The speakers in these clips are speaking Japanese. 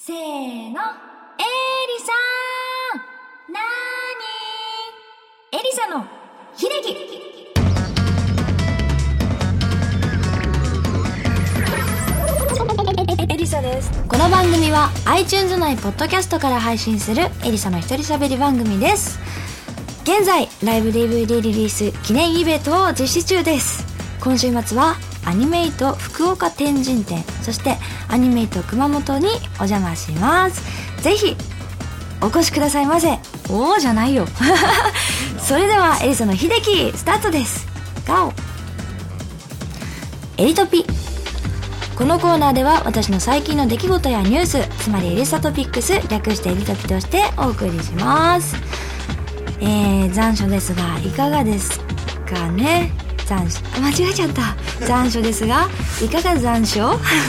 せーの、エリさん。なーにエリサの秀樹。エリサです。この番組は iTunes 内ポッドキャストから配信するエリサの一人喋り番組です。現在ライブ DVD リリース記念イベントを実施中です。今週末はアニメイト福岡天神店、そしてアニメイト熊本にお邪魔します。ぜひお越しくださいませ。おーじゃないよそれではエリサの秀樹スタートです。ガオ。エリトピ。このコーナーでは私の最近の出来事やニュース、つまりエリサトピックス、略してエリトピとしてお送りします。残暑ですがいかがですかね。残暑、間違えちゃった。残暑ですがいかが残暑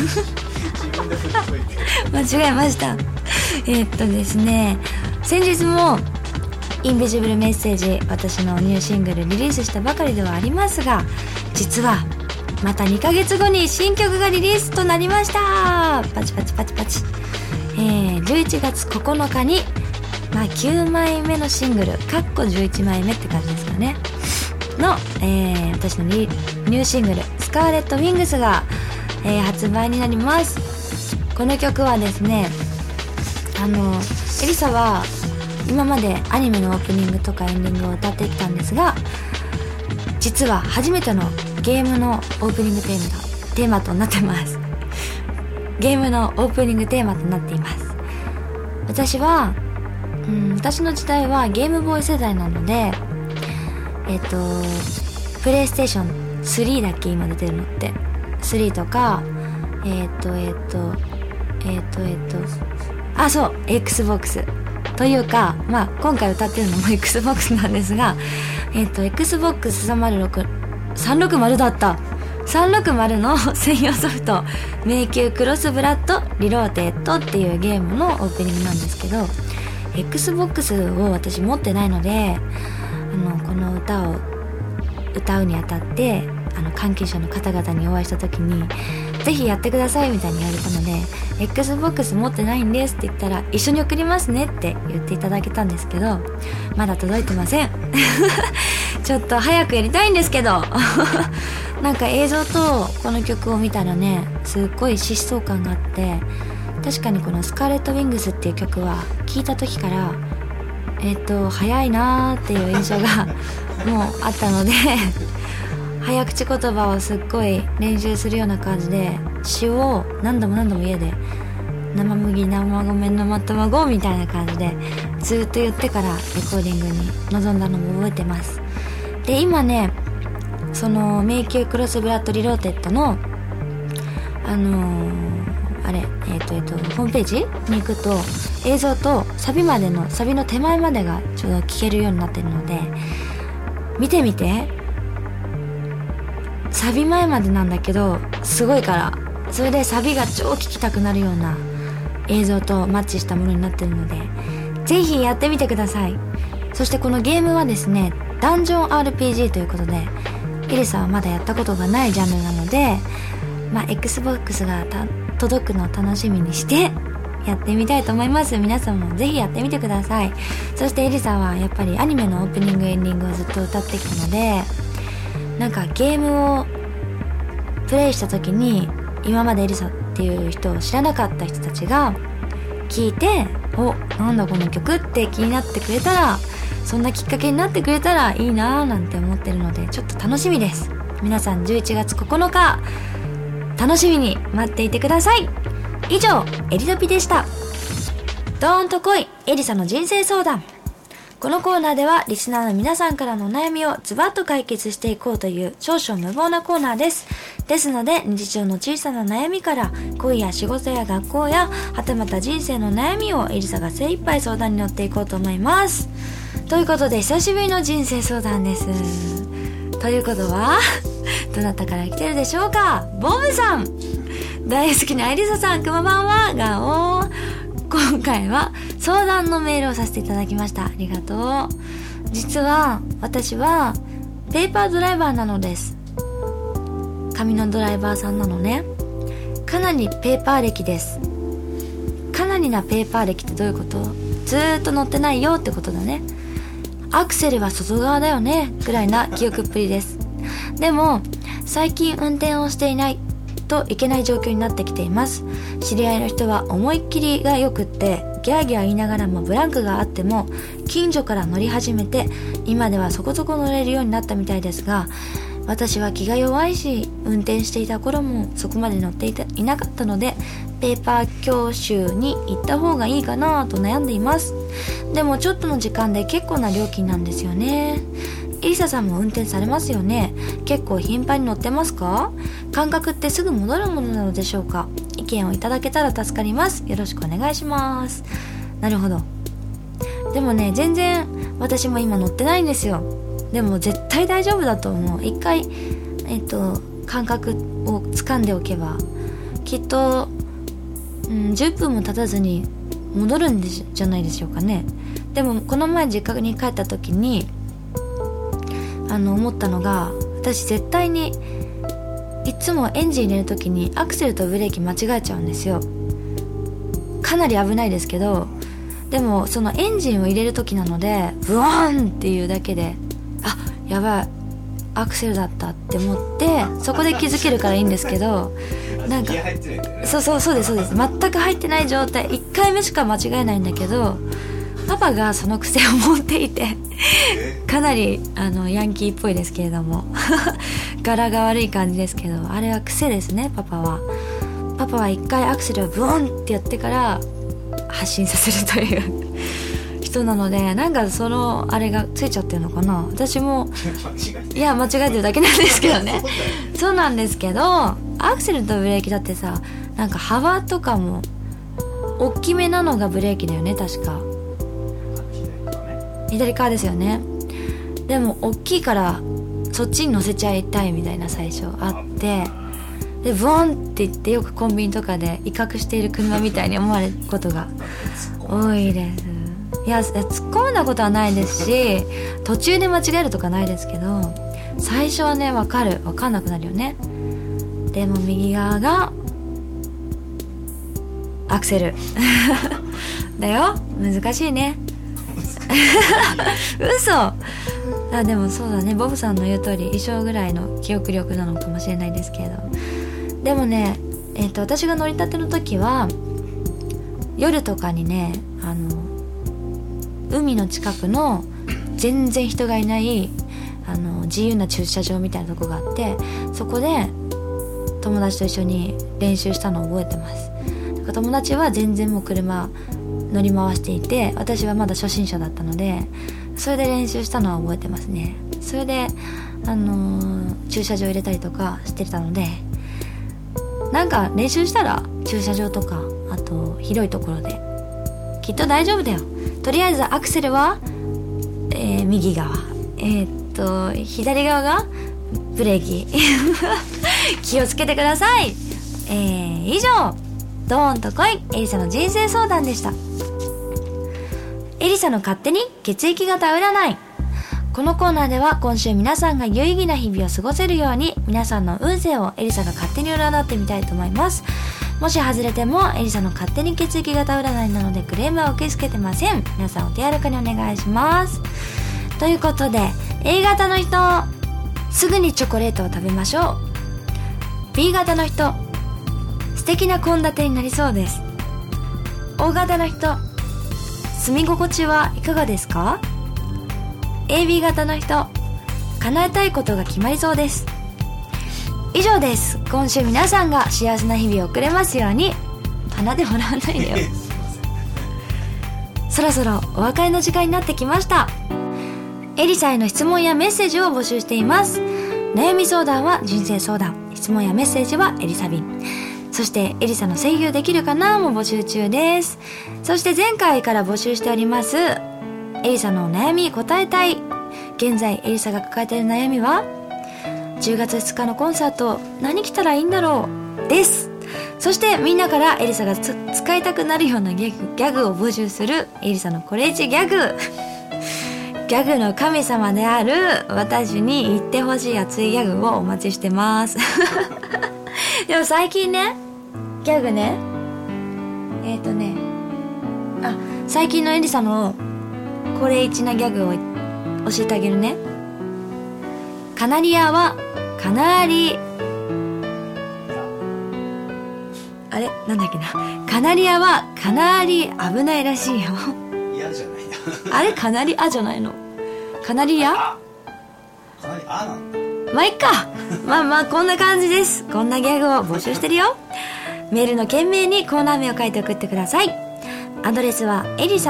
間違えました。ですね、先日もインビジブルメッセージ、私のニューシングルリリースしたばかりではありますが、実はまた2ヶ月後に新曲がリリースとなりました。パチパチパチパチ。11月9日に、9枚目のシングル11枚目って感じですかねの、私のニューシングルスカーレットウィングスが、発売になります。この曲はですね、エリサは今までアニメのオープニングとかエンディングを歌ってきたんですが、実は初めてのゲームのオープニングテーマとなってます。ゲームのオープニングテーマとなっています。私は私の時代はゲームボーイ世代なので、プレイステーション3だっけ今出てるのって3とかそう Xbox というか、今回歌ってるのも Xbox なんですが、Xbox 360だった360の専用ソフト迷宮クロスブラッドリローテッドっていうゲームのオープニングなんですけど、 Xbox を私持ってないので、この歌を歌うにあたって関係者の方々にお会いした時にぜひやってくださいみたいに言われたので、 Xbox 持ってないんですって言ったら一緒に送りますねって言っていただけたんですけど、まだ届いてませんちょっと早くやりたいんですけどなんか映像とこの曲を見たらね、すっごい疾走感があって、確かにこのスカーレットウィングスっていう曲は聴いた時から早いなーっていう印象がもうあったので早口言葉をすっごい練習するような感じで詩を何度も家で生麦生米生卵みたいな感じでずっと言ってからレコーディングに臨んだのも覚えてます。で今ね、その迷宮クロスブラッドリローテッドのホームページに行くと映像とサビの手前までがちょうど聴けるようになってるので見てみて。サビ前までなんだけどすごいから、それでサビが超聴きたくなるような映像とマッチしたものになってるので、ぜひやってみてください。そしてこのゲームはですね、ダンジョン RPG ということで、エリサはまだやったことがないジャンルなので、Xbox が届くのを楽しみにしてやってみたいと思います。皆さんもぜひやってみてください。そしてエリサはやっぱりアニメのオープニングエンディングをずっと歌ってきたので、なんかゲームをプレイした時に今までエリサっていう人を知らなかった人たちが聞いて、なんだこの曲って気になってくれたら、そんなきっかけになってくれたらいいなーなんて思ってるので、ちょっと楽しみです。皆さん11月9日楽しみに待っていてください。以上、エリトピでした。ドーンと来い、エリサの人生相談。このコーナーではリスナーの皆さんからのお悩みをズバッと解決していこうという少々無謀なコーナーです。ですので日常の小さな悩みから恋や仕事や学校やはたまた人生の悩みをエリサが精一杯相談に乗っていこうと思います。ということで久しぶりの人生相談です。ということはどなたから来てるでしょうか。ボブさん、大好きなエリサさん、くまばんはがお今回は相談のメールをさせていただきました。ありがとう。実は私はペーパードライバーなのです。紙のドライバーさんなのね。かなりペーパー歴です。かなりになペーパー歴ってどういうこと？ずーっと乗ってないよってことだね。アクセルは外側だよねぐらいな記憶っぷりです。でも最近運転をしていないといけない状況になってきています。知り合いの人は思いっきりがよくってギャーギャー言いながらもブランクがあっても近所から乗り始めて今ではそこそこ乗れるようになったみたいですが、私は気が弱いし運転していた頃もそこまで乗っていなかったのでペーパー教習に行った方がいいかなと悩んでいます。でもちょっとの時間で結構な料金なんですよね。エリサさんも運転されますよね。結構頻繁に乗ってますか？感覚ってすぐ戻るものなのでしょうか？意見をいただけたら助かります。よろしくお願いします。なるほど。でもね、全然私も今乗ってないんですよ。でも絶対大丈夫だと思う。一回感覚を掴んでおけばきっと、10分も経たずに戻るんじゃないでしょうかね。でもこの前実家に帰った時に思ったのが、私絶対にいつもエンジン入れる時にアクセルとブレーキ間違えちゃうんですよ。かなり危ないですけど、でもそのエンジンを入れる時なのでブワーンっていうだけでやばいアクセルだったって思ってそこで気づけるからいいんですけど、なんかそうです全く入ってない状態、1回目しか間違えないんだけどパパがその癖を持っていてかなりヤンキーっぽいですけれども柄が悪い感じですけど、あれは癖ですね。パパは1回アクセルをブーンってやってから発進させるという人なので、なんかそのあれがついちゃってるのかな。私もいや間違えてるだけなんですけどねそうなんですけど、アクセルとブレーキだってさ、なんか幅とかも大きめなのがブレーキだよね、確か左側ですよね。でも大きいからそっちに乗せちゃいたいみたいな最初あって、でブーンって言ってよくコンビニとかで威嚇している車みたいに思われることが多いです。いや突っ込んだことはないですし、途中で間違えるとかないですけど、最初はね分かんなくなるよね。でも右側がアクセルだよ。難しいね嘘。でもそうだね、ボブさんの言う通り一緒ぐらいの記憶力なのかもしれないですけれど、でもね、私が乗りたての時は夜とかにね、海の近くの全然人がいない自由な駐車場みたいなとこがあって、そこで友達と一緒に練習したのを覚えてます。だから友達は全然もう車乗り回していて、私はまだ初心者だったのでそれで練習したのは覚えてますね。それで駐車場入れたりとかしてたので、なんか練習したら駐車場とかあと広いところできっと大丈夫だよ。とりあえずアクセルは、右側、左側がブレーキ気をつけてください。以上、ドーンと来いエリサの人生相談でした。エリサの勝手に血液型占い。このコーナーでは今週皆さんが有意義な日々を過ごせるように皆さんの運勢をエリサが勝手に占ってみたいと思います。もし外れてもエリサの勝手に血液型占いなのでクレームは受け付けてません。皆さんお手柔らかにお願いします。ということで A 型の人、すぐにチョコレートを食べましょう。 B 型の人、素敵な献立になりそうです。 O 型の人、住み心地はいかがですか？ AB 型の人、叶えたいことが決まりそうです。以上です。今週皆さんが幸せな日々を送れますように。花でもらわないでよそろそろお別れの時間になってきました。エリサへの質問やメッセージを募集しています。悩み相談は人生相談、質問やメッセージはエリサ便、そしてエリサの声優できるかなも募集中です。そして前回から募集しておりますエリサの悩み答えたい。現在エリサが抱えている悩みは10月2日のコンサート何着たらいいんだろうです。そしてみんなからエリサが使いたくなるようなギャグを募集するエリサのこれ1ギャグギャグの神様である私に言ってほしい熱いギャグをお待ちしてますでも最近ね、ギャグね、 最近のエリサのこれ一なギャグを教えてあげるね。カナリアはかなり、あれなんだっけな、カナリアはかなり危ないらしいよ。 嫌じゃないあれカナリアじゃないの、カナリア、 かなりなんだ。 まあいっか。まあこんな感じです。こんなギャグを募集してるよ。メールの件名にコーナー名を書いて送ってください。アドレスは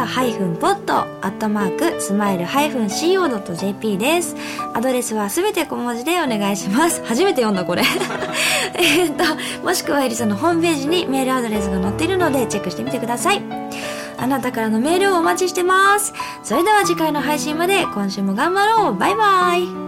elisa-pod@smile-co.jp です。アドレスはすべて小文字でお願いします。初めて読んだこれもしくはエリサのホームページにメールアドレスが載っているのでチェックしてみてください。あなたからのメールをお待ちしてます。それでは次回の配信まで今週も頑張ろう。バイバイ。